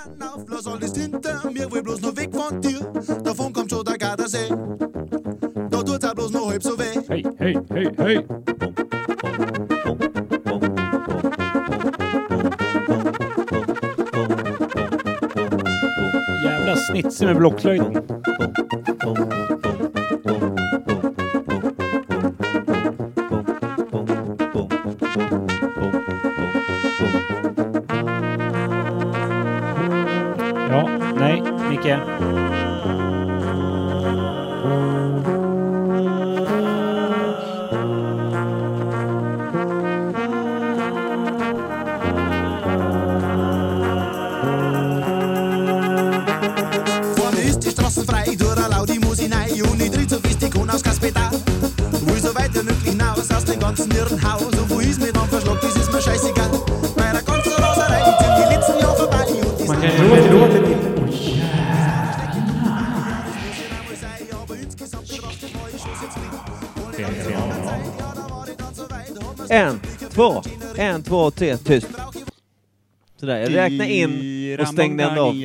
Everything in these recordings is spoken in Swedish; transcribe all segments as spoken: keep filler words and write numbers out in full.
Flor soll es hinter mir, will bloß nur weg von dir. Davon kommt schon der Gardasee. Da tut's auch bloß noch halb so weh. Hej, hej, hej, hej. Jävla snitsig med blockflöjten. Ja, nej, Micke. Frei, durch eine laute Musik rein und ich tritt so fest ich kann aufs Gaspedal. Will so weit wie möglich hinaus aus dem ganzen Irrenhaus und wo ist mir dann verschluckt, das ist mir scheißegal. Bei der ganzen Raserei sind die letzten Jahre vorbei und die Man sind kan ju låta det. En, två, en, två, tre, tyst. Sådär, jag räknar in och stängde ändå av.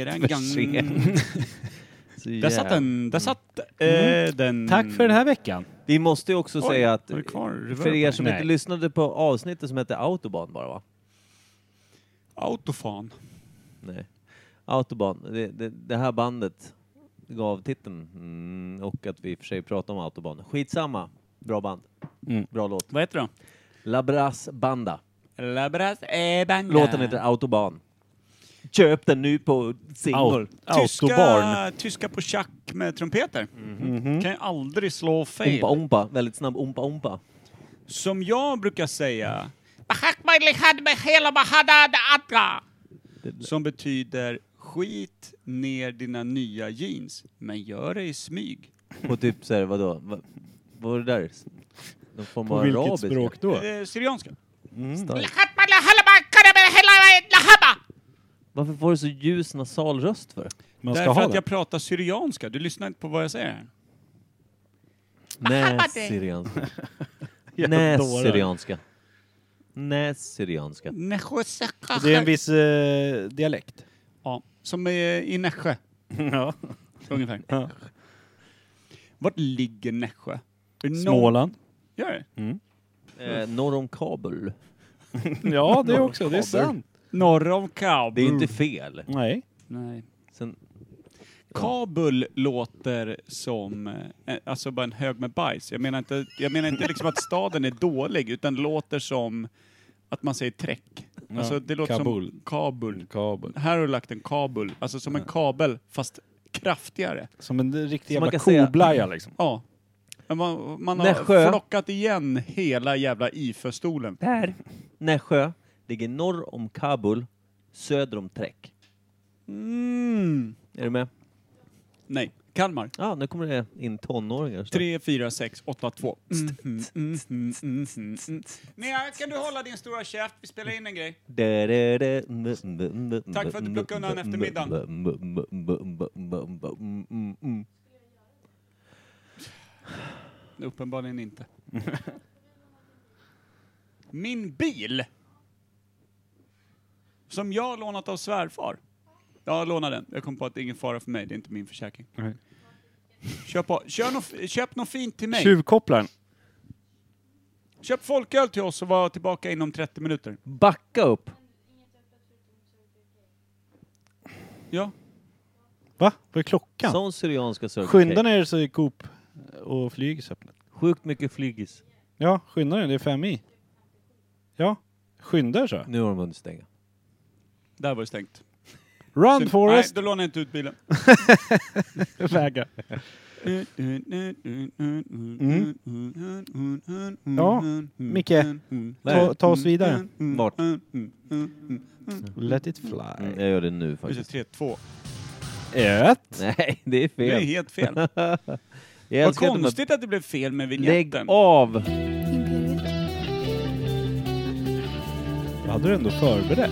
Där satt den. Där satt eh, mm. den. Tack för den här veckan. Vi måste ju också Oj, säga att för er som Nej. inte lyssnade på avsnittet som heter Autobahn bara, va? Autofan. Nej. Autobahn. Det, det, det här bandet gav titeln mm, och att vi för sig pratar om Autobahn. Skitsamma. Bra band. Mm. Bra låt. Vad heter det då? La Brass Banda. La Brass Banda. Låten heter Autobahn. Köp den nu på single. Tyska, tyska på schack med trumpeter. Mm-hmm. Kan ju aldrig slå fel. Ompa ompa, väldigt snabb ompa ompa. Som jag brukar säga. Som betyder skit ner dina nya jeans. Men gör det i smyg. Och typ så här, vadå? Vad var det där? De får på vilket arabiska. Språk då? Eh, syrianska. Mm. Varför får du så ljus nasal röst för? Man ska Därför ha att det. Jag pratar syrianska. Du lyssnar inte på vad jag säger. Nej, syrianska. Nej, syrianska. Nej, syrianska. Det är en viss eh, dialekt. Ja, som är i Nässjö. Ja. Ungefär. Ja. Vart ligger Nässjö? Småland. Gör det? Mm. Eh, norr om Kabul. Ja, det är också. Det är sant. Norr om Kabul. Det är inte fel. Nej. Nej. Sen, Kabul ja. Låter som eh, alltså bara en hög med bajs. Jag menar inte, jag menar inte liksom att staden är dålig, utan det låter som att man säger träck. Ja. Alltså det låter Kabul. Som Kabul. Kabul. Här har du lagt en kabel. Alltså som ja. En kabel, fast kraftigare. Som en riktig jävla koblaja liksom. Ja. Man, man har Nässjö. Flockat igen hela jävla I-förstolen. Där. Nässjö ligger norr om Kabul, söder om Träck. Mm. Är du med? Nej. Kalmar. Ja, ah, nu kommer det in tonåringar. tre, fyra, sex, åtta, två. Nej, kan du hålla din stora käft? Vi spelar in en grej. Tack för att du plockade undan eftermiddagen. Uppenbarligen inte. Min bil som jag har lånat av svärfar. Jag lånade den. Jag kom på att det är ingen fara för mig. Det är inte min försäkring. Nej. Köp, på. Kör no, köp något fint till mig. Tjuvkopplaren. Köp folköl till oss och var tillbaka inom trettio minuter. Backa upp. Ja. Va? Vad är klockan? Sån syrianska söker. Skynda ner så är Coop och flygis öppnet. Sjukt mycket flygis. Ja, skynda ner. Det är fem i. Ja, skynda så. Nu har de hunnit stänga. Där var det stängt. Run, så, Forrest! Nej, då lånar jag inte ut bilen. Väga. Mm. Ja, Micke. Ta, ta oss vidare. Vart? Let it fly. Mm, jag gör det nu faktiskt. tre, två, ett. Nej, det är fel. Det är helt fel. Vad konstigt att det blev fel med vignetten. Lägg av! Vad hade du ändå förberett?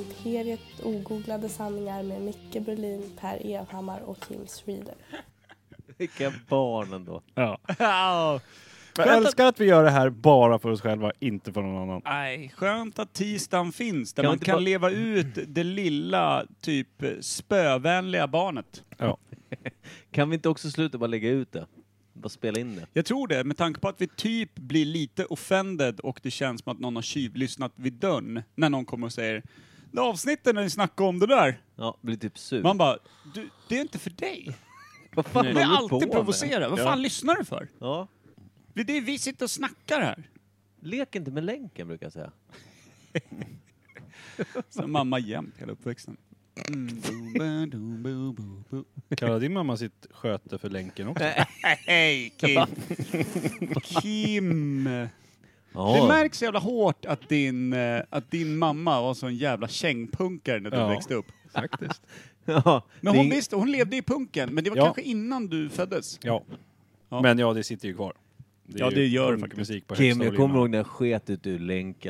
Imperiet ogooglade sanningar med Micke Berlin, Per Evhammar och Kim Schreeder. Vilka barn ändå. Ja. Ja. Jag älskar att vi gör det här bara för oss själva, inte för någon annan. Nej, skönt att tisdagen finns där Kan vi man inte kan bara- leva ut det lilla, typ spövänliga barnet. Ja. Kan vi inte också sluta bara lägga ut det? Bara spela in det. Jag tror det, med tanke på att vi typ blir lite offended och det känns som att någon har tjuvlyssnat vid dörren när någon kommer och säger det avsnittet när ni snackar om det där. Ja, blir typ sur. Man bara, du, det är inte för dig. Vad fan Du håller är du på alltid med? provocerad. Vad Ja. fan lyssnar du för? Ja. Det är det vi sitter och snackar här. Lek inte med länken brukar jag säga. Så mamma jämt hela uppväxten. Kallar din mamma sitt sköte för länken också? Hej Kim! Kim! Ja. Det märks så jävla hårt att din, eh, att din mamma var sån jävla kängpunkare när du Ja. växte upp. Faktiskt. Ja, Men det hon är- visste, hon levde i punken, men det var Ja. kanske innan du föddes. Ja. Ja. Men ja, det sitter ju kvar. Det är Ja, ju det gör det punkmusik på Kim, högsta jag kommer volymen. ihåg när jag sket ut ur länken.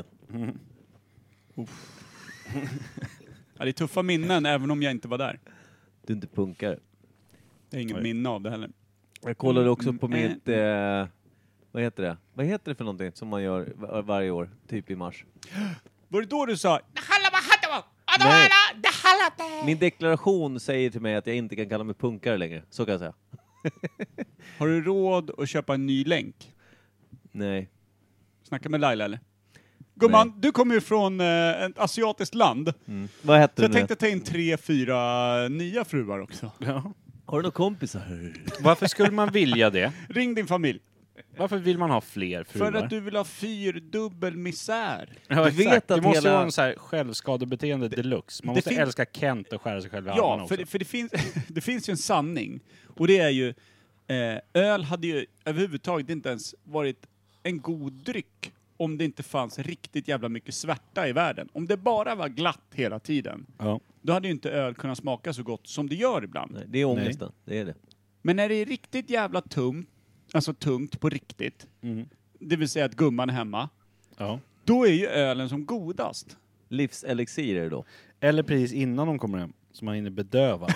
Ja, det är tuffa minnen, även om jag inte var där. Du är inte punkare. Det är inget Nej. minne av det heller. Jag kollade också på Mm. mitt... Eh, vad heter det? Vad heter det för någonting som man gör var- varje år? Typ i mars. Var det då du sa Nej. Min deklaration säger till mig att jag inte kan kalla mig punkare längre. Så kan jag säga. har du råd att köpa en ny länk? Nej. Snacka med Laila eller? Gumman, du kommer ju från eh, ett asiatiskt land. Mm. Vad heter Så det jag nu? tänkte ta in tre, fyra nya fruar också. Ja. Har du några kompisar? Varför skulle man vilja det? Ring din familj. Varför vill man ha fler fruar? För att du vill ha fyrdubbel misär. Ja, Du exakt. vet det att måste hela- vara en så här självskadebeteende deluxe. Man det måste fin- älska Kent och skära sig själv i armarna Ja, också. för, det, för det, finns, det finns ju en sanning. Och det är ju, eh, öl hade ju överhuvudtaget inte ens varit en god dryck om det inte fanns riktigt jävla mycket svärta i världen. Om det bara var glatt hela tiden, Ja. då hade ju inte öl kunnat smaka så gott som det gör ibland. Nej, det är ångesten. Det är det. Men när det är riktigt jävla tungt, alltså tungt på riktigt, Mm. det vill säga att gumman är hemma, Ja. då är ju ölen som godast. Livselixir är det då. Eller precis innan de kommer hem, så man hinner bedöva.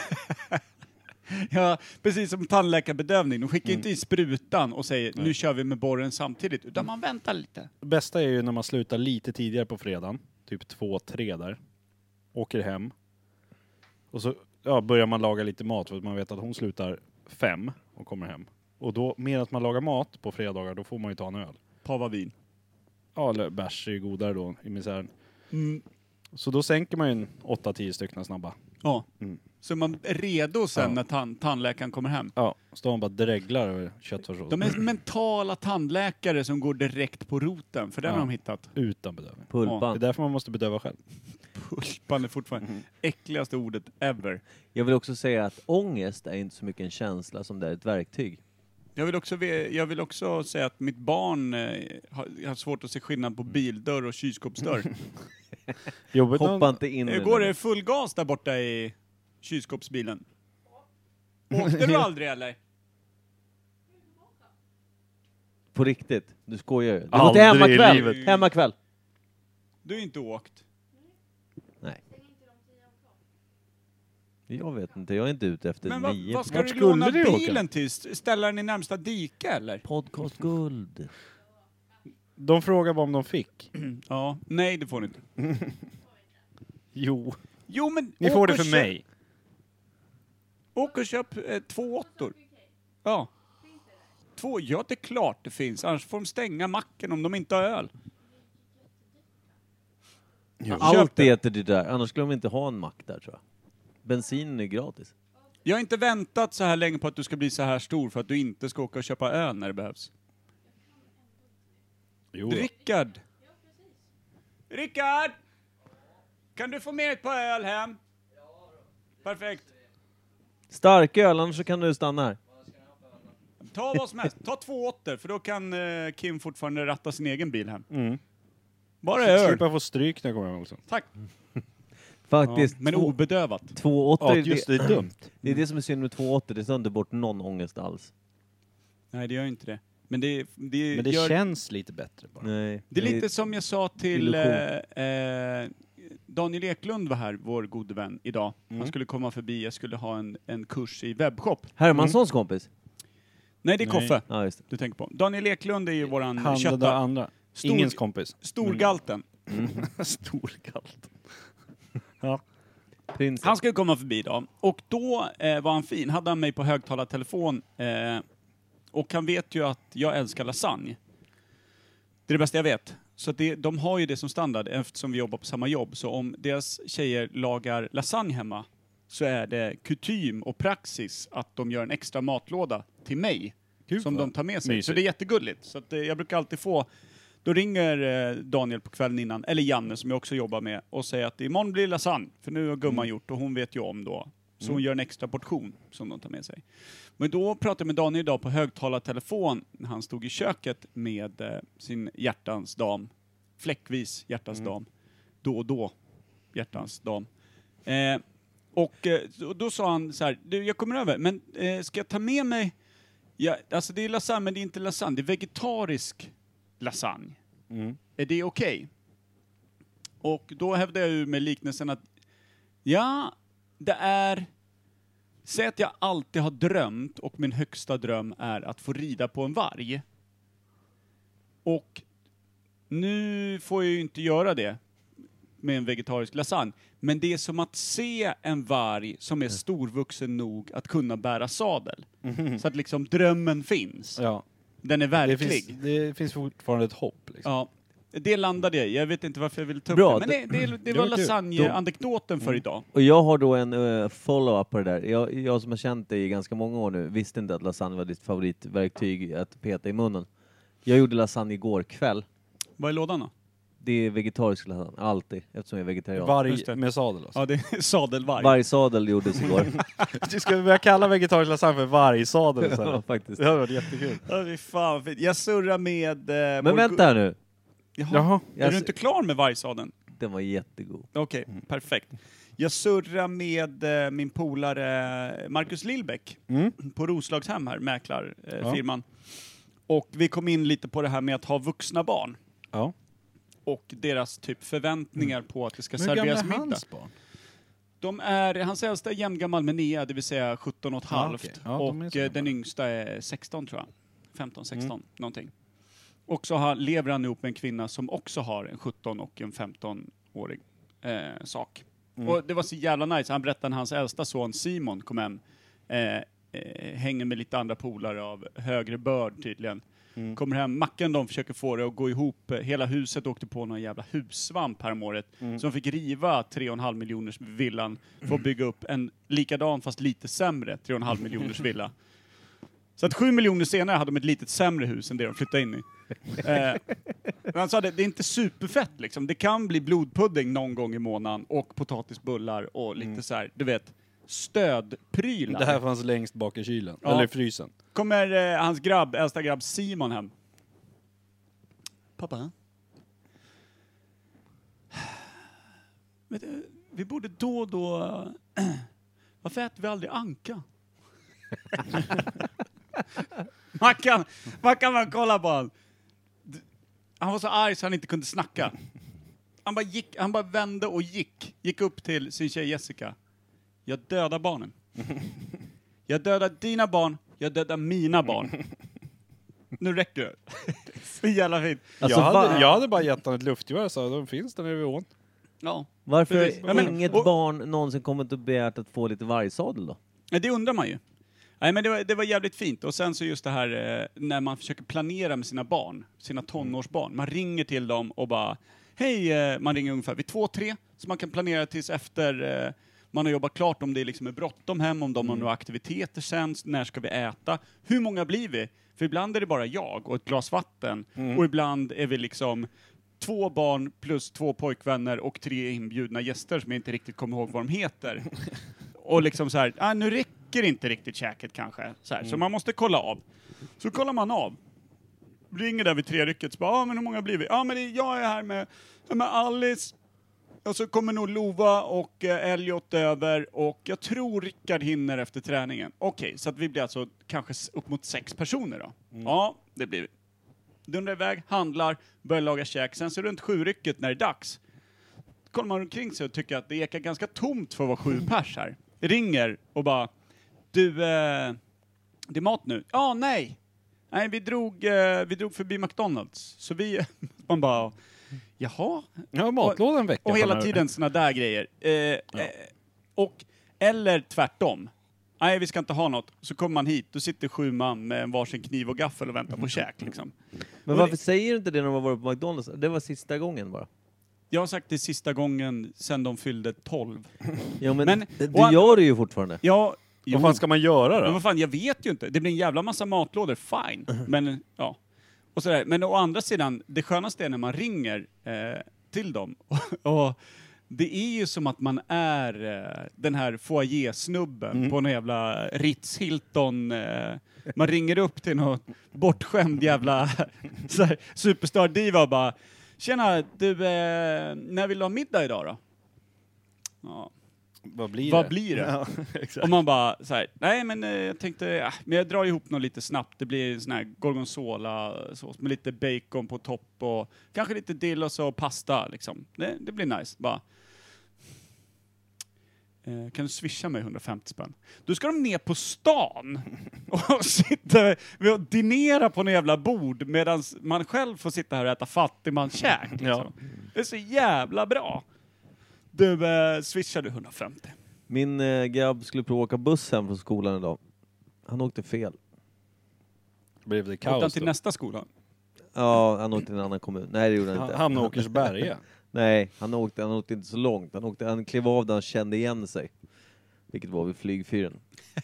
Ja, precis som tandläkarbedövning. De skickar inte i sprutan och säger nu kör vi med borren samtidigt, utan man väntar lite. Det bästa är ju när man slutar lite tidigare på fredagen, typ två, tre där, åker hem och så ja, börjar man laga lite mat för att man vet att hon slutar fem och kommer hem. Och då, mer att man lagar mat på fredagar, då får man ju ta en öl. Pava vin. Ja, eller bärs är ju godare då i misären. Mm. Så då sänker man ju en åtta tio stycken snabba. Ja. Mm. Så man är redo sen Ja. när tan- tandläkaren kommer hem. Ja, står man bara dreglar över köttfärssås. De är mentala tandläkare som går direkt på roten, för den Ja. har de hittat. Utan bedövning. Det Pulpan. är därför man måste bedöva själv. Pulpan är fortfarande äckligaste ordet ever. Jag vill också säga att ångest är inte så mycket en känsla som det är ett verktyg. Jag vill också, ve- jag vill också säga att mitt barn eh, har, har svårt att se skillnad på bildörr och kylskåpsdörr. Jobbigt Hoppa någon... inte in i Hur det går där. det full gas där borta i kylskåpsbilen? Åkte du aldrig eller? På riktigt. Du skojar ju. Du går Aldrig till i hemmakväll. livet. Hemmakväll. Du har inte åkt. Nej. Jag vet inte. Jag är inte ute efter Men vad, nio. vad ska Vart du skulle låna du åka? bilen till? Ställa den i närmsta dike eller? Podcast guld. De frågar bara om de fick. Ja, nej det får ni inte. Jo. Jo men... Ni åk får det och för köp- mig. Åk och köp eh, två åttor. Ja. Två, ja det är klart det finns. Annars får de stänga macken om de inte har öl. Jo. Allt det. heter det där. Annars skulle de inte ha en mack där tror jag. Bensinen är gratis. Jag har inte väntat så här länge på att du ska bli så här stor för att du inte ska åka och köpa öl när det behövs. Jo då. Rickard! Rickard! Kan du få med ett par öl hem? Perfekt. Stark öl, annars så kan du stanna här. Ta vad som helst. Ta två åttor, för då kan eh, Kim fortfarande ratta sin egen bil hem. Mm. Bara öl. Slipper jag få stryk när jag kommer hem också. Tack. Ja, Faktiskt. men två, obedövat. två åttor, Ja, är just det, det är dumt. det är det som är synd med två åttor. Det tar inte bort någon ångest alls. Nej, det gör inte det. Men det, det, Men det gör, känns lite bättre bara. Nej. det är lite som jag sa till Illusion. eh, eh, Daniel Eklund var här, vår gode vän, idag. Mm. Han skulle komma förbi, jag skulle ha en, en kurs i webbshop. Hermanssons kompis? Nej, det är Nej. Koffe Ja, just det. du tänker på. Daniel Eklund är ju våran Han den där kötta. andra. Stor- Ingens kompis. Storgalten. Storgalt. Ja. Prinsen. Han skulle komma förbi idag. Och då eh, var han fin. Hade han mig på högtalartelefon. Eh, och han vet ju att jag älskar lasagne. Det är det bästa jag vet. Så att det, de har ju det som standard eftersom vi jobbar på samma jobb. Så om deras tjejer lagar lasagne hemma så är det kutym och praxis att de gör en extra matlåda till mig. Gud, som vad de tar med sig. mysigt. Så det är jättegulligt. Så att, eh, jag brukar alltid få... Då ringer eh, Daniel på kvällen innan, eller Janne som jag också jobbar med, och säger att imorgon blir det lasagne. För nu har gumman gjort och hon vet ju om då. Så hon gör en extra portion som de tar med sig. Men då pratade jag med Daniel idag på högtalartelefon när han stod i köket med eh, sin hjärtans dam. Fläckvis hjärtans dam. Då och då hjärtans dam. Eh, och, eh, och då sa han så här, du, jag kommer över, men eh, ska jag ta med mig... Ja, alltså det är lasagne, men det är inte lasagne. Det är vegetarisk lasagne. Mm. Är det okej? Och då hävdar jag ju med liknelsen att ja, det är... Säg att jag alltid har drömt och min högsta dröm är att få rida på en varg. Och nu får jag ju inte göra det med en vegetarisk lasagne. Men det är som att se en varg som är storvuxen nog att kunna bära sadel. Så att liksom drömmen finns. Ja. Den är Det verklig. finns, det finns fortfarande ett hopp. Liksom. Ja, det landade jag i. Jag vet inte varför jag ville ta upp Bra, det. Men det, det, det, det var var kul. lasagne-anekdoten för idag. Och jag har då en uh, follow-up på det där. Jag, jag som har känt dig i ganska många år nu visste inte att lasagne var ditt favoritverktyg att peta i munnen. Jag gjorde lasagne igår kväll. Vad är lådan då? Det är vegetarisk lasagne, alltid, eftersom jag är vegetarian. Just det. Varg med sadel alltså. Ja, det är sadelvarg. Vargsadel gjordes igår. Ska vi börja kalla vegetarisk lasagne för vargsadel? Ja, Så faktiskt. det hade varit jättekul. Ja, fy fan vad fint. Jag surrar med... Eh, Men vår vänta här nu. gu- Jaha. Jaha. Är Jag, du inte klar med vargsadeln? Den var jättegod. Okej, perfekt. Jag surrar med eh, min polare Marcus Lillbäck Mm. på Roslagshem här, mäklarfirman. Eh, Ja. firman. Och vi kom in lite på det här med att ha vuxna barn. Ja. Och deras typ förväntningar på att det ska Men hur gamla serveras är middag. hans barn? De är, hans äldsta är jämngammal med Nia, det vill säga sjutton och ett Ja, halvt. okej. Ja, de är och så eh, gamla. den yngsta är sexton tror jag. femton, sexton, Mm. någonting. Och så har, lever han ihop med en kvinna som också har en sjutton och en femton-årig eh, sak. Mm. Och det var så jävla nice. Han berättade när hans äldsta son Simon kom hem. Eh, eh, hänger med lite andra polare av högre börd tydligen. Mm. Kommer hem, Macken de försöker få det att gå ihop. Hela huset åkte på någon jävla hussvamp här om året. Mm. Så de fick riva tre och en halv miljoners villan för att bygga upp en likadan fast lite sämre tre och en halv miljoners villa. Så att sju miljoner senare hade de ett litet sämre hus än det de flyttade in i. Eh, men han sa det, det är inte superfett liksom. Det kan bli blodpudding någon gång i månaden och potatisbullar och lite Mm. så här, du vet, stödprylar. Det här fanns längst bak i kylen. Ja. Eller i frysen. Kommer eh, hans grabb, äldsta grabb Simon hem. Pappa? Vet du, vi borde då och då... Varför äter vi aldrig anka? man, kan, man kan man kolla på honom. Han var så arg så han inte kunde snacka. Han bara, gick, han bara vände och gick. Gick upp till sin tjej Jessica. Jag dödar barnen. Jag dödar dina barn. Jag dödar mina barn. Nu räcker det. Så jävla fint. Alltså, jag, hade, va- jag hade bara gett honom ett luftgevär och sa de finns där nere vid ån. Ja. Varför Precis. har Jag menar, inget och- barn någonsin kommit och begärt att få lite vargsadel då? Ja, det undrar man ju. Nej, men det var, det var jävligt fint. Och sen så just det här eh, när man försöker planera med sina barn, sina tonårsbarn. Man ringer till dem och bara, hej, eh, man ringer ungefär vid två, tre. Så man kan planera tills efter eh, man har jobbat klart, om det liksom är bråttom hem, om de har några aktiviteter sen, när ska vi äta? Hur många blir vi? För ibland är det bara jag och ett glas vatten. Och ibland är vi liksom två barn plus två pojkvänner och tre inbjudna gäster som jag inte riktigt kommer ihåg vad de heter. Och liksom så här, ah, nu räcker inte riktigt käket kanske. Så, här, så man måste kolla av. Så kollar man av. Ringer där vid tre rycket. Ja, ah, men hur många blir vi? Ja, ah, men det, jag är här med, med Alice. Och så kommer nog Lova och eh, Elliot över. Och jag tror Rickard hinner efter träningen. Okej, okay, så att vi blir alltså kanske s- upp mot sex personer då. Ja, det blir vi. Dundrar iväg, handlar, börjar laga käk. Sen så runt sju rycket när det är dags. kollar man omkring sig och tycker att det ekar ganska tomt för att vara sju pers här. Ringer och bara, du, eh, det är mat nu. Ja, nej. Nej, vi drog, eh, vi drog förbi McDonalds. Så vi, man bara, jaha. Ja, matlådan en vecka. Och hela tiden såna där grejer. Eh, ja. eh, och, eller tvärtom. Nej, vi ska inte ha något. Så kommer man hit, då sitter sju man med en varsin kniv och gaffel och väntar på käk. Liksom. Men varför det... säger du inte det när man var på McDonalds? Det var sista gången bara. Jag har sagt det sista gången sedan de fyllde tolv. Ja, men, men du an... gör det ju fortfarande. Ja. Jo. Vad fan ska man göra då? Men vad fan, jag vet ju inte. Det blir en jävla massa matlådor, fine. Men, ja. Och sådär. Men å andra sidan, det skönaste är när man ringer eh, till dem. och det är ju som att man är eh, den här foyer-snubben mm. på en jävla Ritz Hilton. Eh, man ringer upp till någon bortskämd jävla såhär, superstar-diva och bara, tjena, du, eh, när vill du ha middag idag då? Ja. Vad blir Vad det? blir det? Ja, exakt. Och man bara så här, nej men eh, jag tänkte, ja, men jag drar ihop något lite snabbt. Det blir en sån här gorgonzola-sås med lite bacon på topp och kanske lite dill och så pasta liksom. Det, det blir nice. Bara, eh, kan du swisha mig hundrafemtio spänn? Då ska de ner på stan och sitta och dinera på en jävla bord medan man själv får sitta här och äta fattigmanskäk. Liksom. Ja. Det är så jävla bra. Du, eh, swishar du hundrafemtio? Min eh, grabb skulle prova åka buss hem från skolan idag. Han åkte fel. Blev det kaos åkte han till då? nästa skola? Ja, han åkte till en annan kommun. Nej, det gjorde han inte. Han Åkersberga? Nej, han åkte, han åkte inte så långt. Han, åkte, han klev av där han kände igen sig. Vilket var vid flygfyren.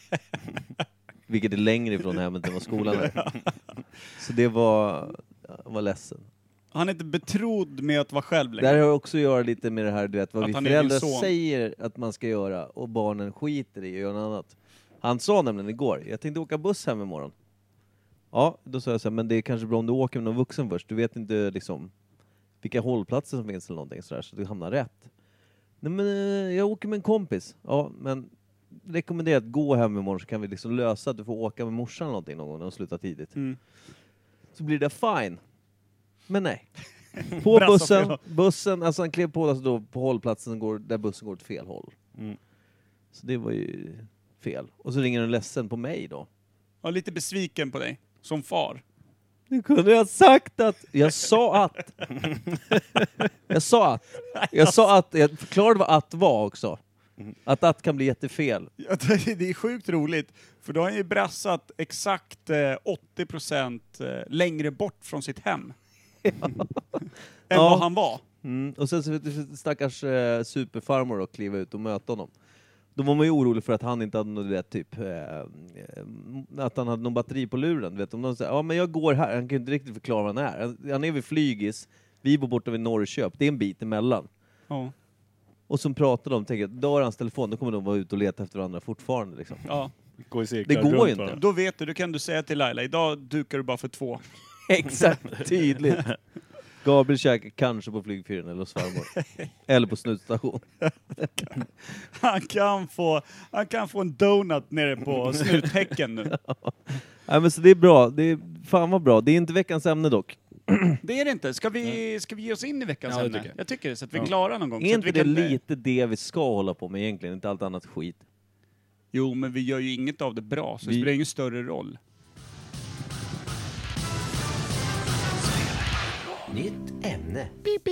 Vilket är längre ifrån hemmet än vad skolan är. Så det var, jag var ledsen. Han är inte betrodd med att vara själv längre. Det har också att göra lite med det här, du vet, vad att vi föräldrar säger att man ska göra och barnen skiter i och gör något annat. Han sa nämligen igår, jag tänkte åka buss hem imorgon. Ja, då sa jag så här, men det är kanske bra om du åker med någon vuxen först. Du vet inte liksom vilka hållplatser som finns eller någonting sådär, så du hamnar rätt. Nej, men jag åker med en kompis. Ja, men rekommenderar att gå hem imorgon så kan vi liksom lösa att du får åka med morsan eller någonting någon gång när de slutar tidigt. Mm. Så blir det fine. Men nej. På bussen, bussen, alltså han klev på alltså då på hållplatsen går, där bussen går åt fel håll. Mm. Så det var ju fel. Och så ringer den ledsen på mig då. Jag är lite besviken på dig, som far. Du kunde ha sagt att... Jag sa att... jag sa att... Jag sa att... Jag förklarade vad att var också. Att att kan bli jättefel. Ja, det är sjukt roligt. För då har han ju brassat exakt eh, åttio procent eh, längre bort från sitt hem. Ja. Än ja. vad han var. Mm. Och sen så stackars eh, superfarmor och kliva ut och möta honom. Då var man ju orolig för att han inte hade något rätt typ eh, att han hade någon batteri på luren, vet om de säger ja men jag går här, han kan inte riktigt förklara vad han är. Han, han är vid Flygis, vi bor borta vid Norrköp, det är en bit emellan. Ja. Och som pratar de tänker att då har hans telefon, då kommer de vara ute och leta efter varandra fortfarande liksom. Ja. Gå i det går ju inte. Då vet du, då kan du säga till Laila, idag dukar du bara för två. Exakt, tydligt. Gabriel käkar kanske på flygfyren eller hos farmor. Eller på snutstation. han, kan få, han kan få en donut nere på snuthäcken nu. Ja. Nej, men så det är bra. Det är fan vad bra. Det är inte veckans ämne dock. Det är det inte. Ska vi, ska vi ge oss in i veckans ja, ämne? Tycker jag. jag tycker det, så att vi ja. klarar någon gång. Är så inte att vi det kan... lite det vi ska hålla på med egentligen? Inte allt annat skit. Jo, men vi gör ju inget av det bra. Så vi... det spelar ingen större roll. Nytt ämne.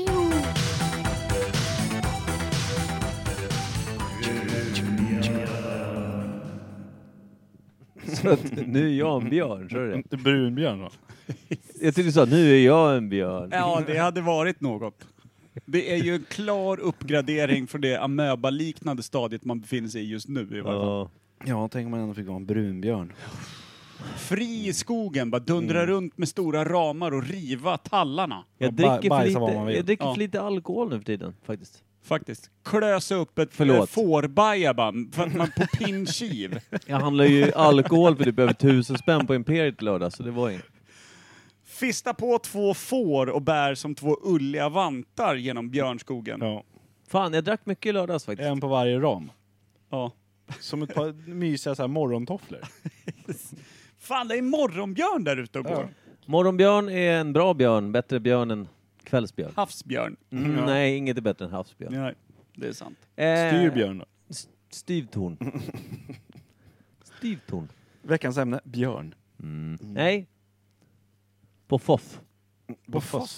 Så att, nu är jag en björn, så är det. Inte brunbjörn va? Jag tyckte du sa, nu är jag en björn. Ja, det hade varit något. Det är ju en klar uppgradering för det amöba-liknande stadiet man befinner sig i just nu i varje fall. Ja, tänk om man ändå fick vara en brunbjörn. Fri i skogen, bara dundra mm. runt med stora ramar och riva tallarna. Jag dricker för lite, jag dricker ja. för lite alkohol nu för tiden, faktiskt. Faktiskt. Klösa upp ett Förlåt. fårbaja bara, för att man på pinskiv. Jag handlar ju alkohol för typ över tusen spänn på Imperiet lördag, så det var inget. Fista på två får och bär som två ulliga vantar genom björnskogen. Ja. Fan, jag drack mycket i lördags faktiskt. En på varje ram. Ja. Som ett par mysiga så här morgontofflor. Fan, det är morgonbjörn där ute och går. Ja. Morgonbjörn är en bra björn, bättre björn än Kvällsbjörn. Havsbjörn. Mm, Ja. Nej, inget är bättre än havsbjörn. Nej, det är sant. Eh, Styrbjörn då? s- Styvtorn. Styvtorn. Veckans ämne, björn. Mm. Nej. På Foff. Bofors.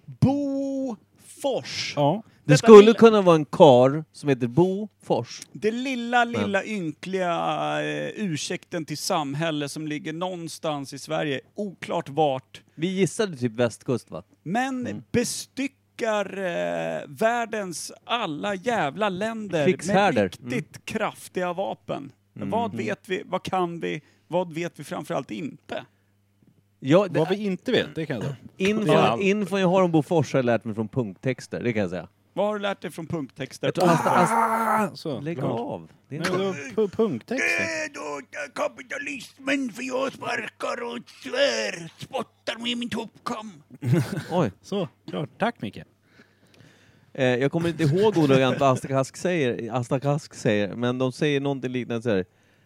Bofors. Ja. Det Detta skulle lilla- kunna vara en kar som heter Bo Fors. Det lilla, lilla ynkliga eh, ursäkten till samhälle som ligger någonstans i Sverige, oklart vart, Vi gissade typ västkust, va? men Mm. bestyckar eh, världens alla jävla länder Krigshärdar. med riktigt kraftiga vapen. Mm. Vad vet vi, vad kan vi, vad vet vi framförallt inte? Ja, det, Vad vi inte vet, det kan jag säga. info, Ja. info jag har om Bo Fors har jag lärt mig från punkttexter, det kan jag säga. Vad har du lärt dig från punkttexter? Jag tror Asta, Asta, Så, lägg bra. av. Det är Nej, inte... det var pu- punkttexten. Döda kapitalismen för jag sparkar och svär, spottar med min toppkam. Oj. Så, klart. Tack Micke. Eh, jag kommer inte ihåg ordagrant vad Asta Kask säger, Asta Kask säger, men de säger någonting liknande så här.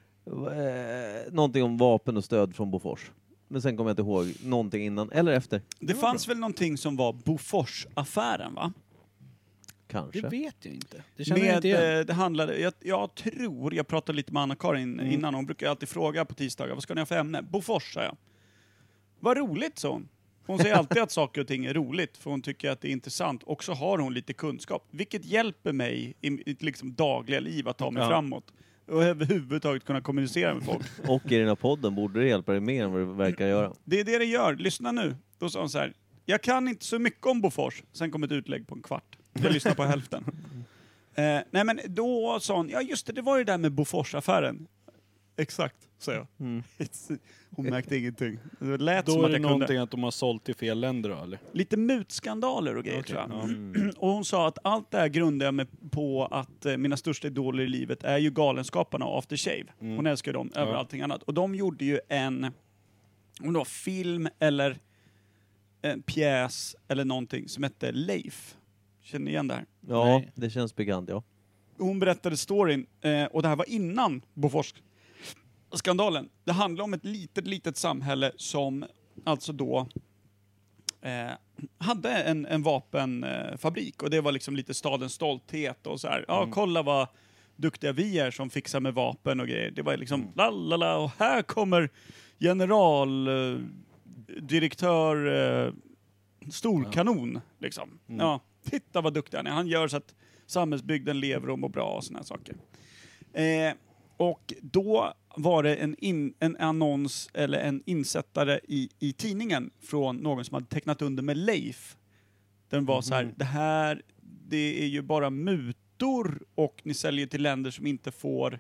Eh, någonting om vapen och stöd från Bofors. Men sen kommer jag inte ihåg någonting innan eller efter. Det fanns väl någonting som var Bofors-affären, va? Kanske. Det vet jag inte. Det känner jag Med, inte igen. eh, det handlade, jag, jag tror, jag pratade lite med Anna-Karin Mm. innan, hon brukar alltid fråga på tisdagar, vad ska ni ha för ämne? Bofors, sa jag. Vad roligt, sa hon. Hon säger alltid att saker och ting är roligt, för hon tycker att det är intressant. Och så har hon lite kunskap, vilket hjälper mig i mitt liksom dagliga liv att ta mig Ja. framåt. Och överhuvudtaget kunna kommunicera med folk. Och i den här podden borde det hjälpa dig mer än vad det verkar göra. Det är det det gör. Lyssna nu. Då sa hon så här. Jag kan inte så mycket om Bofors. Sen kom ett utlägg på en kvart. Jag lyssnade på hälften. Eh, nej men då sa hon, ja just det, det var ju det där med Bofors-affären. Exakt, sa jag. Mm. Hon märkte ingenting. Det lät Då som är att det jag någonting kunde. att de har sålt till fel länder då, eller? Lite mutskandaler och grejer, Okej, tror jag. ja. Mm. Och hon sa att allt det här grundar jag mig på att eh, mina största idoler i livet är ju Galenskaparna och After Shave. Mm. Hon älskar dem över Ja. allting annat. Och de gjorde ju en, om det var film eller en pjäs eller någonting som hette Leif. Känner ni igen det här? Ja, Nej. det känns bekant, ja. Hon berättade storyn, eh, och det här var innan Bofors-skandalen. Det handlar om ett litet, litet samhälle som alltså då eh, hade en, en vapenfabrik. Och det var liksom lite stadens stolthet och så här. Ja, kolla vad duktiga vi är som fixar med vapen och grejer. Det var liksom lalala, och här kommer generaldirektör eh, eh, storkanon liksom. Ja, titta vad duktig han är. Han gör så att samhällsbygden lever och mår bra och såna här saker. Eh, och då var det en, in, en annons eller en insättare i, i tidningen från någon som hade tecknat under med Leif. Den var så här, det här, det är ju bara mutor och ni säljer till länder som inte får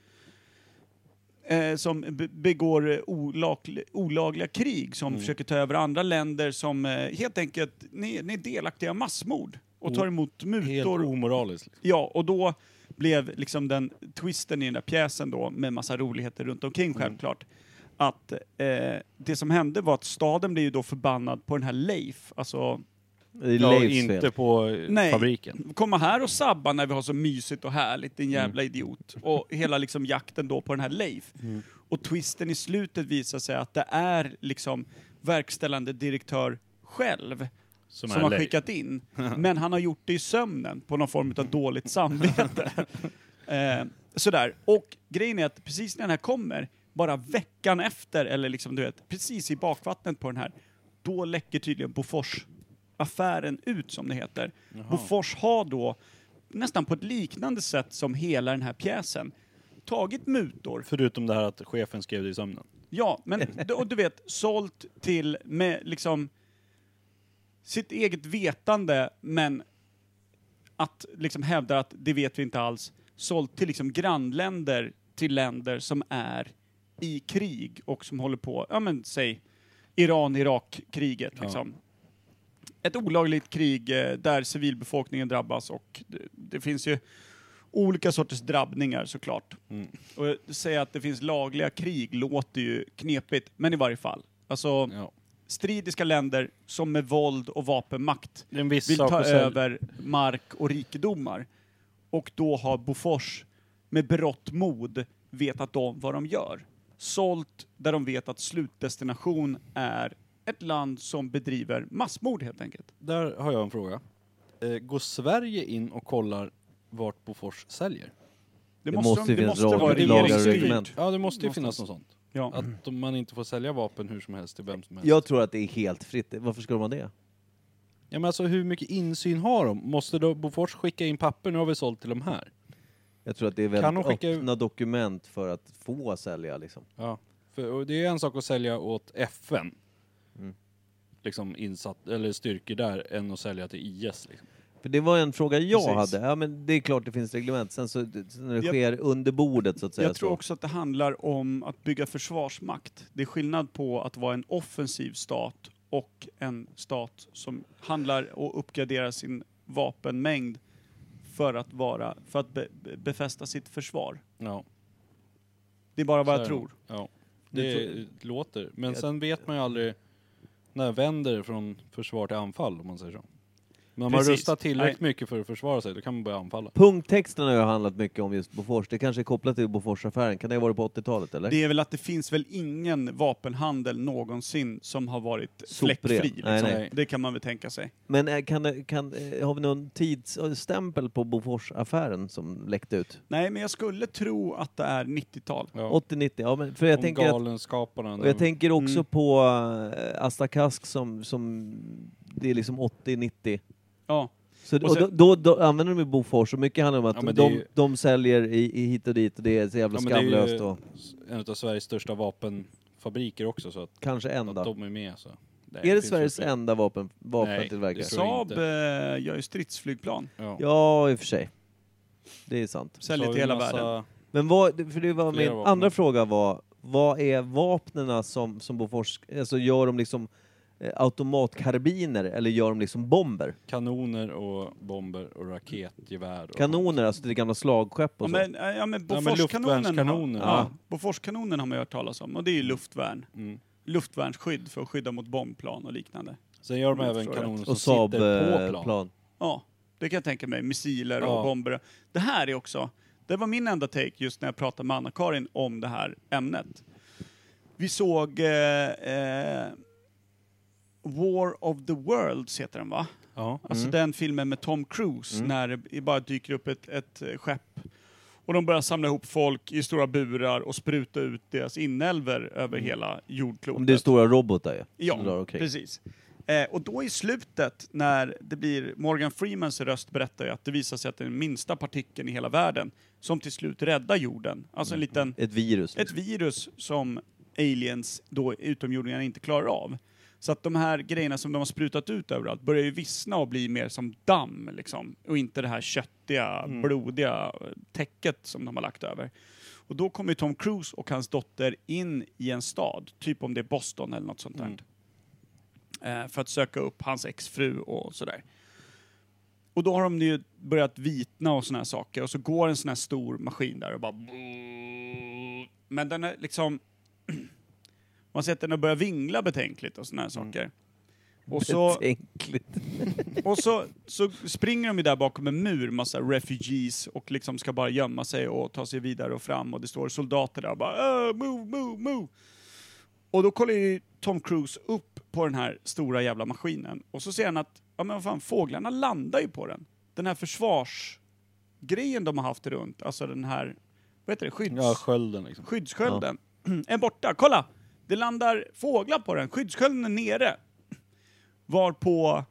eh, som be- begår eh, olagli, olagliga krig, som försöker ta över andra länder, som eh, helt enkelt, ni, ni är delaktiga i massmord och tar emot Helt mutor. omoraliskt. Liksom. Ja, och då blev liksom den twisten i den där pjäsen då, med massa roligheter runt omkring självklart, att eh, det som hände var att staden blev ju då förbannad på den här Leif, alltså Det är Ja, Leifs inte fel. på eh, Nej. fabriken. komma här och sabba när vi har så mysigt och härligt, din jävla idiot. Och hela liksom jakten då på den här Leif. Och twisten i slutet visar sig att det är liksom verkställande direktör själv Som, som är har Leif. skickat in. Men han har gjort det i sömnen på någon form av dåligt samvete. eh, sådär. Och grejen är att precis när den här kommer, bara veckan efter, eller liksom du vet, precis i bakvattnet på den här, då läcker tydligen Bofors affären ut, som det heter. Bofors har då, nästan på ett liknande sätt som hela den här pjäsen, tagit mutor. Förutom det här att chefen skrev det i sömnen. Ja, men du, och du vet, sålt till med liksom sitt eget vetande, men att liksom hävda att det vet vi inte alls, sålt till liksom grannländer, till länder som är i krig och som håller på, ja men säg Iran-Irak-kriget liksom. Ett olagligt krig eh, där civilbefolkningen drabbas, och det, det finns ju olika sorters drabbningar såklart. Och att säga att det finns lagliga krig låter ju knepigt, men i varje fall. Alltså, Ja. stridiska länder som med våld och vapenmakt Det är en viss vill sak ta att sälja. över mark och rikedomar. Och då har Bofors med berått mod vetat om vad de gör. Sålt där de vet att slutdestination är ett land som bedriver massmord helt enkelt. Där har jag en fråga. Eh, går Sverige in och kollar vart Bofors säljer? Det måste ju det finnas måste vara lag- lagar och regeringsstyrt. reglement. Ja, det måste ju Måste finnas alltså. något sånt. Ja. Att de- man inte får sälja vapen hur som helst till vem som helst. Jag tror att det är helt fritt. Varför ska de ha det? Ja, men alltså hur mycket insyn har de? Måste då Bofors skicka in papper? Nu har vi sålt till de här. Jag tror att det är Kan väldigt de skicka- öppna dokument för att få sälja liksom. Ja. För, och det är en sak att sälja åt F N. Mm. Liksom insatt, eller styrkor där, än att sälja till I S. Liksom. För det var en fråga jag Precis. hade. Ja, men det är klart det finns reglement. Sen så när det Jag- sker under bordet så att säga. Jag tror så. också att det handlar om att bygga försvarsmakt. Det är skillnad på att vara en offensiv stat och en stat som handlar och uppgraderar sin vapenmängd för att vara, för att be, be, befästa sitt försvar. Ja. Det är bara vad Så jag är det. tror. Ja. Det Det tror- låter. Men Jag- sen vet man ju aldrig när det vänder från försvar till anfall, om man säger så. Men om man Precis. rustar tillräckligt Nej. mycket för att försvara sig, då kan man börja anfalla. Punkttexterna har ju handlat mycket om just Bofors. Det kanske är kopplat till Boforsaffären. Kan det ha varit på åttiotalet eller? Det är väl att det finns väl ingen vapenhandel någonsin som har varit Sopren. fläckfri. Liksom. Nej, nej. Det kan man väl tänka sig. Men eh, kan, det- kan, eh, har vi någon tidsstämpel på Boforsaffären som läckte ut? Nej, men jag skulle tro att det är nittiotal. Ja. åttio nittio? Ja, men för jag Om tänker att, galenskaparna. och jag tänker också Mm. på uh, Asta Kask som, som det är liksom åttio nittio. Ja. Så Och och sen- då, då, då använder de ju Bofors, och mycket handlar om att Ja, men det är de, ju- de säljer i, i hit och dit och det är så jävla Ja, men det är skamlöst ju och en av Sveriges största vapenfabriker också, så att, kanske att enda. de är med. Så. Nej, Är det finns Sveriges ju fler. enda vapen, Nej, vapentillverkare? det tror jag Saab inte. eh, gör ju stridsflygplan. Ja. Ja, i och för sig. Det är sant. Säljer Så har till vi hela massa- världen. Men vad, för det var Flera min vapen. andra fråga var, vad är vapnena som, som Bofors, alltså gör de liksom eh, automatkarbiner eller gör de liksom bomber? Kanoner och bomber och raketgevär. Och Kanoner, alltså det gamla slagskepp Ja och så. men, eh, ja, men men Boforskanonen har, luftvärnskanoner. ja, Boforskanonen har man ju hört talas om, och det är ju luftvärn. Mm. Luftvärnsskydd för att skydda mot bombplan och liknande. Sen gör de Mm, även förstår kanoner som Och Saab sitter på eh, plan. plan. Ja, det kan jag tänka mig. Missiler Ja. och bomber. Det här är också, det var min enda take just när jag pratade med Anna-Karin om det här ämnet. Vi såg eh, eh, War of the Worlds heter den va? Ja. Alltså Mm. den filmen med Tom Cruise Mm. när det bara dyker upp ett, ett eh, skepp och de börjar samla ihop folk i stora burar och spruta ut deras inälvor över hela jordklotet. Om det är stora robotar ju. Ja, som drar omkring. precis. Eh, och då i slutet, när det blir Morgan Freemans röst berättar ju att det visar sig att det är den minsta partikeln i hela världen som till slut räddar jorden. Alltså en liten, Ett virus. ett virus som aliens, då utomjordingarna, inte klarar av. Så att de här grejerna som de har sprutat ut överallt börjar ju vissna och bli mer som damm liksom. Och inte det här köttiga, blodiga täcket som de har lagt över. Och då kommer ju Tom Cruise och hans dotter in i en stad, typ om det är Boston eller något sånt där. Mm. Eh, för att söka upp hans exfru och sådär. Och då har de ju börjat vitna och såna här saker. Och så går en sån här stor maskin där och bara... Men den är liksom... Man ser att den har börjat vingla betänkligt och såna här saker. Och så, Betänkligt. och så, så springer de ju där bakom en mur, massa refugees, och liksom ska bara gömma sig och ta sig vidare och fram. Och det står soldater där och bara "Åh, move, move, move. Och då kollar ju Tom Cruise upp på den här stora jävla maskinen. Och så ser han att, ja men vad fan, fåglarna landar ju på den. Den här försvarsgrejen de har haft runt, alltså den här, vad heter det, skydds... Ja, skölden liksom. Skyddsskölden är borta. Kolla! Det landar fåglar på den. Skyddsskölden är nere. Var på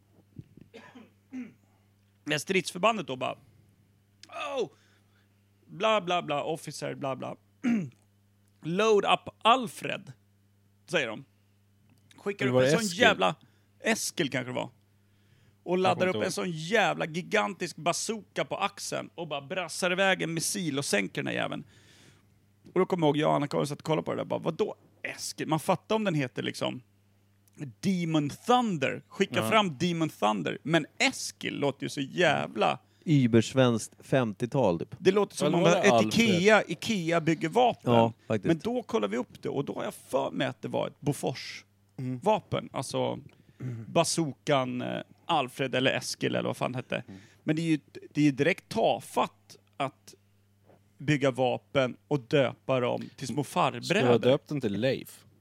det stridsförbandet då bara oh! Bla bla bla, officer, bla bla. Load up Alfred, säger de. Skickar Eller upp var en det sån Eskil? jävla... Eskil kanske det var. Och laddar kommer upp inte en sån jävla gigantisk bazooka på axeln och bara brassar iväg en missil och sänker den här jäveln. Och då kommer jag ihåg, jag och Anna-Karin satt och kollade på det där. Bara, vadå Eskil? Man fattar om den heter liksom Demon Thunder. Skicka Ja. fram Demon Thunder. Men Eskil låter ju så jävla... Übersvenskt femtiotal typ. Det låter som Eller om var det ett Alfred? Ikea, Ikea bygger vapen. Ja, faktiskt. Men då kollar vi upp det och då har jag för mig att det var ett Bofors-vapen. Alltså bazookan eh, Alfred eller Eskil eller vad fan hette. Men det är ju det är direkt tafatt att bygga vapen och döpa dem till små Ska du ha farbröder. döpt den till Leif?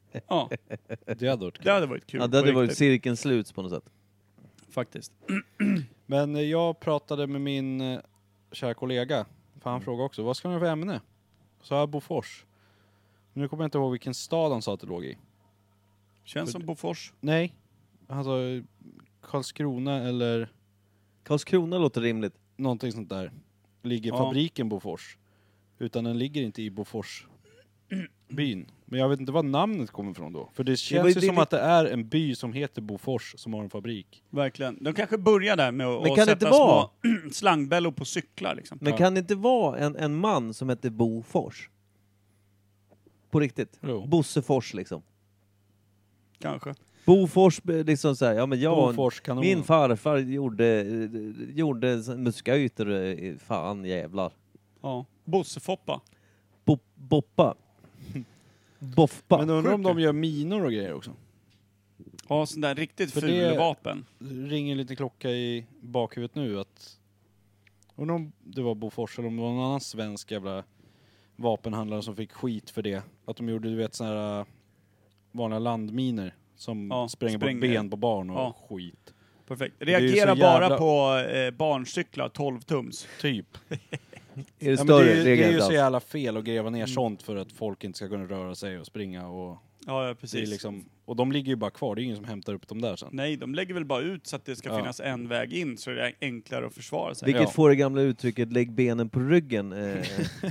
Ja, Det hade varit det kul. hade varit kul. Ja, det hade på varit riktigt, cirkeln sluts på något sätt. faktiskt. Men eh, jag pratade med min eh, kära kollega. För han frågade också, vad ska ni ha för ämne? Så jag Bofors. Nu kommer jag inte ihåg vilken stad han sa att det låg i. Känns som Bofors. Nej, han sa eh, Karlskrona eller Karlskrona låter rimligt. någonting sånt där. Ligger Ja. fabriken Bofors. Utan den ligger inte i Bofors byn. Men jag vet inte var namnet kommer ifrån då. För det känns var ju ju det som vi- att det är en by som heter Bofors som har en fabrik. Verkligen. De kanske börjar där med att Men att kan det sätta inte vara- små slangbällor på cyklar liksom. Men Ja. kan det inte vara en, en man som heter Bofors? På riktigt? Jo. Bossefors liksom. Kanske. Bofors liksom såhär, ja men jag, Bofors kanon. min farfar gjorde, gjorde musköter, fan jävlar. Ja. Bossefoppa. Bo, boppa. Boffa. Men undrar om Sjukt. de gör minor och grejer också. Ja, sån där riktigt För ful det- vapen. Det ringer lite klocka i bakhuvudet nu att... Undrar om det var Bofors eller om det var någon annan svensk jävla vapenhandlare som fick skit för det. Att de gjorde, du vet, såna här äh, vanliga landminer som Ja, spränger bort spränger. ben på barn och Ja. skit. Perfekt. är ju så Reagera bara jävla- på eh, barncyklar tolv tums. Typ. är det Ja, men större det, är, ju- det är ju regel så alls? jävla fel att gräva ner sånt för att folk inte ska kunna röra sig och springa och... Ja, ja, Det är precis. liksom, och de ligger ju bara kvar, det är ingen som hämtar upp dem där sen. Nej, de lägger väl bara ut så att det ska Ja. finnas en väg in så det är enklare att försvara sig. Vilket Ja. får det gamla uttrycket lägg benen på ryggen. Eh,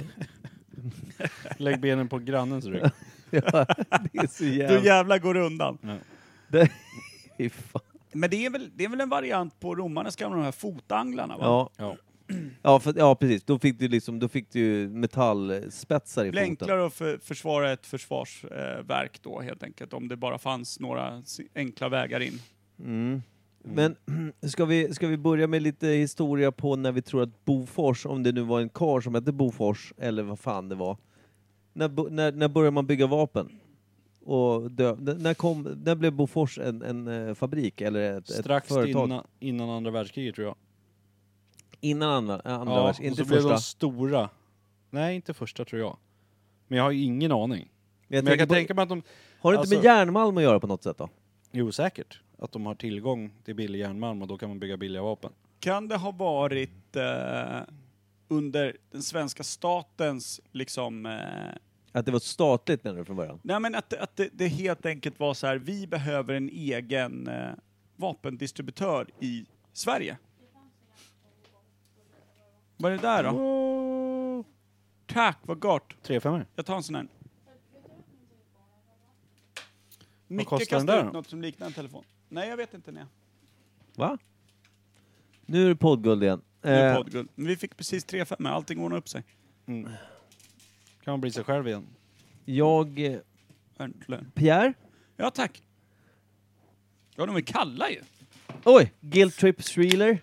Lägg benen på grannens rygg. ja, det är så Då jävla... jävlar går det undan. Det, fy fan. Men det är väl, det är väl en variant på romarnas gamla de här fotanglarna va? Ja. Ja. Ja, för, ja, precis. Då fick du liksom, då fick du ju metallspetsar i Det blir foten. enklare att för, försvara ett försvarsverk eh, då helt enkelt. Om det bara fanns några si- enkla vägar in. Mm. Men ska vi, ska vi börja med lite historia på när vi tror att Bofors, om det nu var en karl som hette Bofors, eller vad fan det var. När, bo- när, när började man bygga vapen? Och dö, n- när, kom, när blev Bofors en, en eh, fabrik eller ett, Strax ett företag? innan, innan andra världskriget tror jag. Innan andra, äh, andra Ja, världs, och inte så blev första. de stora. Nej, inte första tror jag. Men jag har ju ingen aning. Men jag Men jag kan tänker på, tänka mig att de... har det inte med alltså- järnmalm att göra på något sätt då? Jo, säkert. Att de har tillgång till billig järnmalm och då kan man bygga billiga vapen. Kan det ha varit eh, under den svenska statens liksom... Eh, Att det var statligt menar du från början? nej men att, att det, det helt enkelt var så här, vi behöver en egen eh, vapendistributör i Sverige. Vad är det där då? Tack, vad gott. Tre femmor. Jag tar en sån här. Micke kostar den kastar där ut då? något som liknar en telefon. Nej, jag vet inte. Nej. Va? Nu är det poddguld igen. Nu är Eh, poddguld. Men vi fick precis tre femmor, allting ordnar upp sig. Mm. Kan man bli sig själv igen. jag... eh, Äntligen. Pierre? Ja, tack. Ja, de är kalla ju. Oj! Guilt Trip Thriller.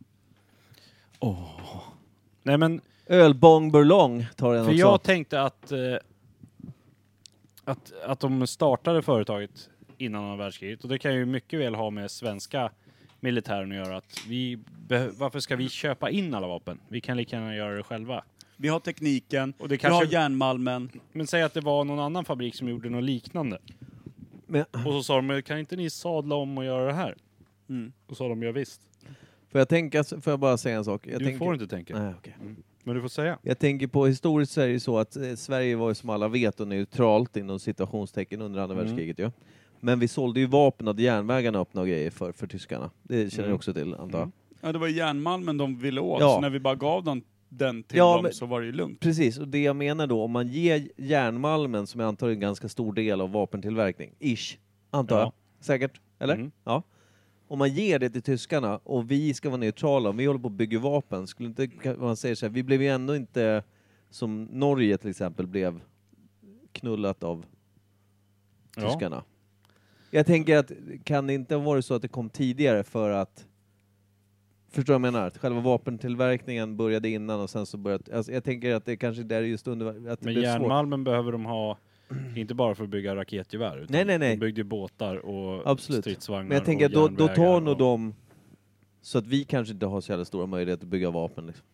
Nej men, Ölbong Burlong tar den för också. jag tänkte att, eh, att... Att de startade företaget innan andra världskriget. Och det kan ju mycket väl ha med svenska militären att göra. Att vi be- varför ska vi köpa in alla vapen? Vi kan lika gärna göra det själva. Vi har tekniken, Och det vi kanske- har järnmalmen. Men säg att det var någon annan fabrik som gjorde något liknande. Men, Och så sa de, kan inte ni sadla om och göra det här? Mm. Och så sa de, ja visst. får jag tänka, får jag bara säga en sak? Jag Du tänker, får inte tänka. Nej, okej. Men du får säga. Jag tänker på, historiskt så är det ju så att eh, Sverige var ju som alla vet och neutralt inom situationstecken under andra Mm. världskriget ju. Men vi sålde ju vapen och järnvägarna öppna och grejer för, för tyskarna. Det känner ni Mm. också till, antar jag. Mm. Ja, det var järnmalmen de ville åt, Ja. så när vi bara gav dem den till Ja, dem men- så var det ju lugnt. Precis, och det jag menar då, om man ger järnmalmen, som jag antar är en ganska stor del av vapentillverkning, ish, antar Ja. jag, säkert, eller? Mm. Ja. Om man ger det till tyskarna och vi ska vara neutrala, om vi håller på att bygga vapen, skulle inte, kan man säger så här, vi blev ju ändå inte som Norge till exempel blev knullat av Ja. tyskarna. Jag tänker att, kan det inte ha varit så att det kom tidigare för att, förstår jag vad jag menar? Att själva vapentillverkningen började innan och sen så började, alltså jag tänker att det kanske där är just under, att det Men blev svårt. järnmalmen behöver de ha, inte bara för att bygga raketgevär. Utan Nej, nej, nej. De byggde båtar och Absolut. stridsvagnar. Men jag tänker att och då, då tar järnvägar nog och... de, så att vi kanske inte har så jävla stora möjligheter att bygga vapen liksom.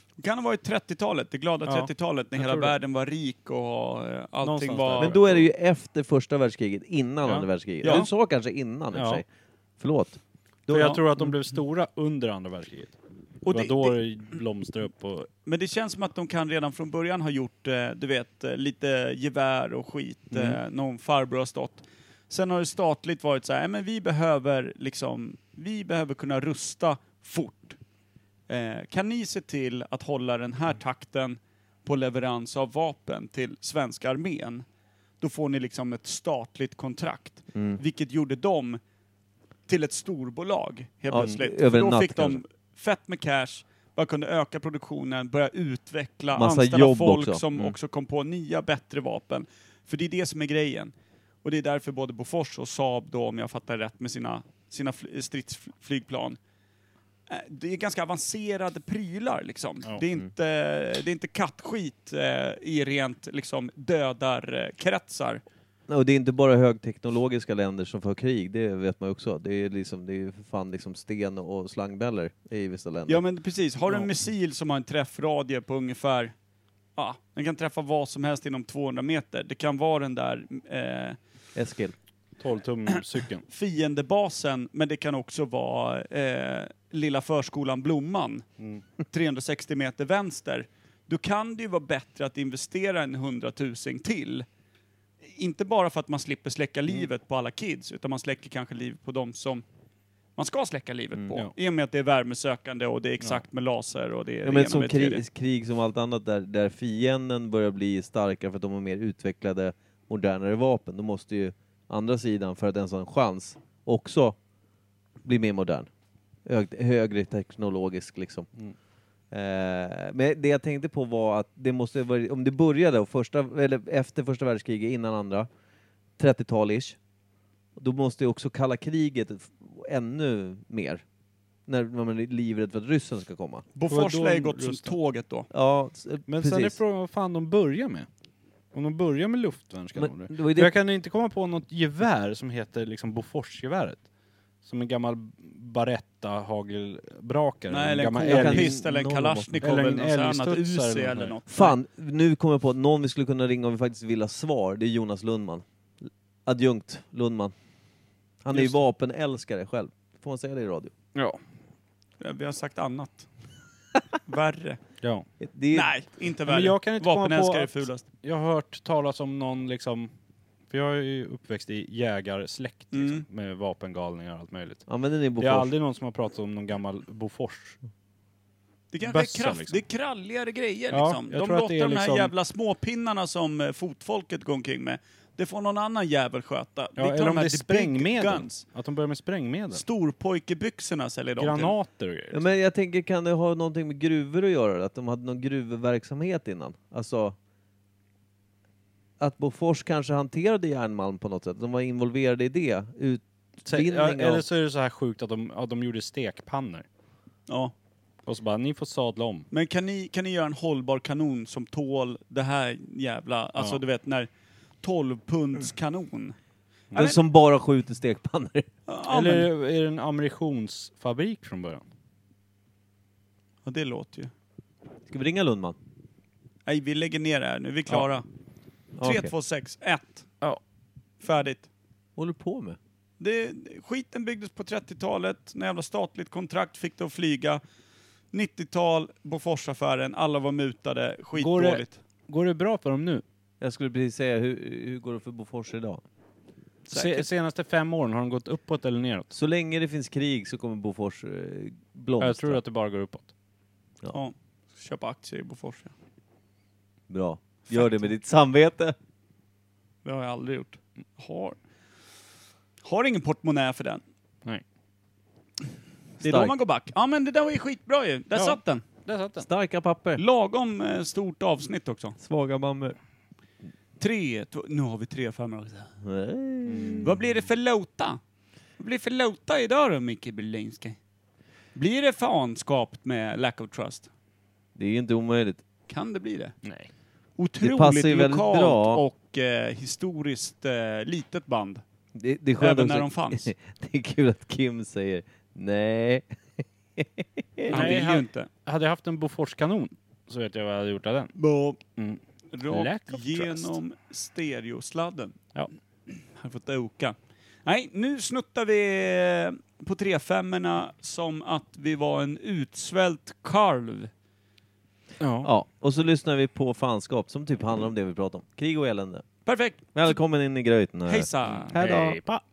Det kan ha varit trettiotalet, det glada Ja, trettiotalet, när jag hela tror det. världen var rik och eh, allting Någonstans var... där. Men då är det ju efter första världskriget, innan Ja. andra världskriget. Ja. Du sa kanske innan i och Ja. för sig. Förlåt. För jag ja. tror att de blev stora under andra världskriget. Och det var det- då det- det blomstrade upp. Och, Men det känns som att de kan redan från början ha gjort, eh, du vet, eh, lite gevär och skit. Mm. Eh, någon farbror har stått. Sen har det statligt varit så här, "Nej, men vi behöver liksom, vi behöver kunna rusta fort. Eh, kan ni se till att hålla den här takten på leverans av vapen till svenska armén? Då får ni liksom ett statligt kontrakt. Mm. Vilket gjorde dem till ett storbolag helt Ja, plötsligt. över För en då natt fick de kanske. fett med cash, bara kunde öka produktionen, börja utveckla, Massa anställa jobb folk också. som Mm. också kom på nya, bättre vapen. För det är det som är grejen. Och det är därför både Bofors och Saab då, om jag fattar rätt, med sina, sina fl- stridsflygplan, eh, det är ganska avancerade prylar liksom. Ja. Det, är inte, det är inte kattskit eh, i rent liksom dödarkretsar. Och det är inte bara högteknologiska länder som för krig, det vet man ju också. Det är liksom, det är ju för fan liksom sten och slangbällor i vissa länder. Ja men precis, har du en Ja. missil som har en träffradie på ungefär, ja, den kan träffa vad som helst inom tvåhundra meter. Det kan vara den där eh, Eskil. tolv tum cykeln. fiendebasen, men det kan också vara eh, lilla förskolan Blomman, Mm. trehundrasextio meter vänster. Då kan det ju vara bättre att investera en hundratusen till. Inte bara för att man slipper släcka Mm. livet på alla kids, utan man släcker kanske livet på dem som man ska släcka livet Mm. på. Ja. I och med att det är värmesökande och det är exakt med laser och det är Ja, det men ena som med det tredje. krig, krig som allt annat där, där fienden börjar bli starkare för att de har mer utvecklade, modernare vapen. Då måste ju andra sidan, för att ens ha en chans, också bli mer modern. Hög, högre teknologisk liksom. Mm. Eh, men det jag tänkte på var att det måste vara, om det började och första, eller efter första världskriget, innan andra, trettiotal-ish, då måste ju också kalla kriget f- ännu mer. När man är livrädd för att ryssen ska komma. Bofors Vadå lär ju gått som Ryssland? tåget då. Ja, s- Men precis. sen är frågan vad fan de börjar med. Om de börjar med luftvärnskanoner. Men det var ju För det- jag kan inte komma på något gevär som heter liksom Boforsgeväret. Som en gammal Baretta hagelbrakare. Nej, en eller en gammal jag kan- k-pist eller en noll- Kalashnikov eller eller en något annat, älgstudsare U C eller eller något. något. Fan, nu kommer jag på att någon vi skulle kunna ringa om vi faktiskt vill ha svar. Det är Jonas Lundman. Adjunkt Lundman. Han är ju Just det. vapenälskare själv. Får man säga det i radio? Ja. Ja, vi har sagt annat. Värre. ja. Det är, Nej, inte Men värre. jag kan inte komma Vapenälskare på är att- fulast. Jag har hört talas om någon liksom... För jag är ju uppväxt i jägarsläkt liksom, Mm. med vapengalningar och allt möjligt. Använder ni Det Bofors? är aldrig någon som har pratat om någon gammal Bofors. Det kanske är, Bössa, kraft, liksom. det är kralligare grejer Ja, liksom. jag De tror att låter det är de här liksom- jävla småpinnarna som eh, fotfolket går omkring med. Det får någon annan jävel sköta. Vi Ja, tar eller de om här det är the big sprängmedel. guns. Att de börjar med sprängmedel. Storpojkebyxorna säljer de till. Granater och grejer. Ja, men jag tänker, kan det ha någonting med gruvor att göra? Att de hade någon gruvverksamhet innan? Alltså... Att Bofors kanske hanterade järnmalm på något sätt. De var involverade i det. Utvinning ja, av... eller så är det så här sjukt att de, ja, de gjorde stekpannor. Ja. Och så bara, ni får sadla om. Men kan ni, kan ni göra en hållbar kanon som tål det här jävla... Alltså Ja. du vet, när tolv punds kanon. Men som bara skjuter stekpannor. Ja, Eller men, är det en ammunitionsfabrik från början? ja, det låter ju. Ska vi ringa Lundman? Nej, vi lägger ner det här nu. Vi är klara. Okej. tre, två, sex, ett. Ja. Färdigt. Vad håller du på med? Det, skiten byggdes på trettiotalet, när jävla statligt kontrakt fick det att flyga. nittiotal, Boforsaffären, alla var mutade, skitdåligt. Går det bra för dem nu? Jag skulle precis säga, hur, hur går det för Bofors idag? Se, Säkert. senaste fem åren, har de gått uppåt eller neråt? Så länge det finns krig så kommer Bofors eh, blomstra. Jag tror att det bara går uppåt. Ja, köpa aktier i Bofors. Ja. Bra. Gör det med ditt samvete. Det har jag aldrig gjort. Har, har ingen portmonnä för den. Nej. Det är då Stark. man går back. Ja men det där var ju skitbra ju. Där Ja. satt den. Där satt den. Starka papper. Lagom eh, stort avsnitt också. Svaga mammor. Tre, två, nu har vi tre femmor också. Nej. Vad blir det för låta? Vad blir det för låta idag då, Micke Berlinski? Blir det fanskapt med lack of trust? Det är ju inte omöjligt. Kan det bli det? Nej. Otroligt passar ju väldigt lokalt bra. och eh, historiskt eh, litet band. Det, det är skönt Även också. när de fanns. Det är kul att Kim säger nej. Han Nej, vill ju han- inte. Hade jag haft en Boforskanon, så vet jag vad jag hade gjort av den. Ja. Mm. Rakt Lack of genom stereosladden. Ja. Har fått åka. Nej, nu snuttar vi på tre femmorna som att vi var en utsvält kalv. Ja. Ja, och så lyssnar vi på fanskap som typ handlar om det vi pratar om. Krig och elände. Perfekt. Välkommen in i gröten. Hejsa. Hej då. Hej, pa.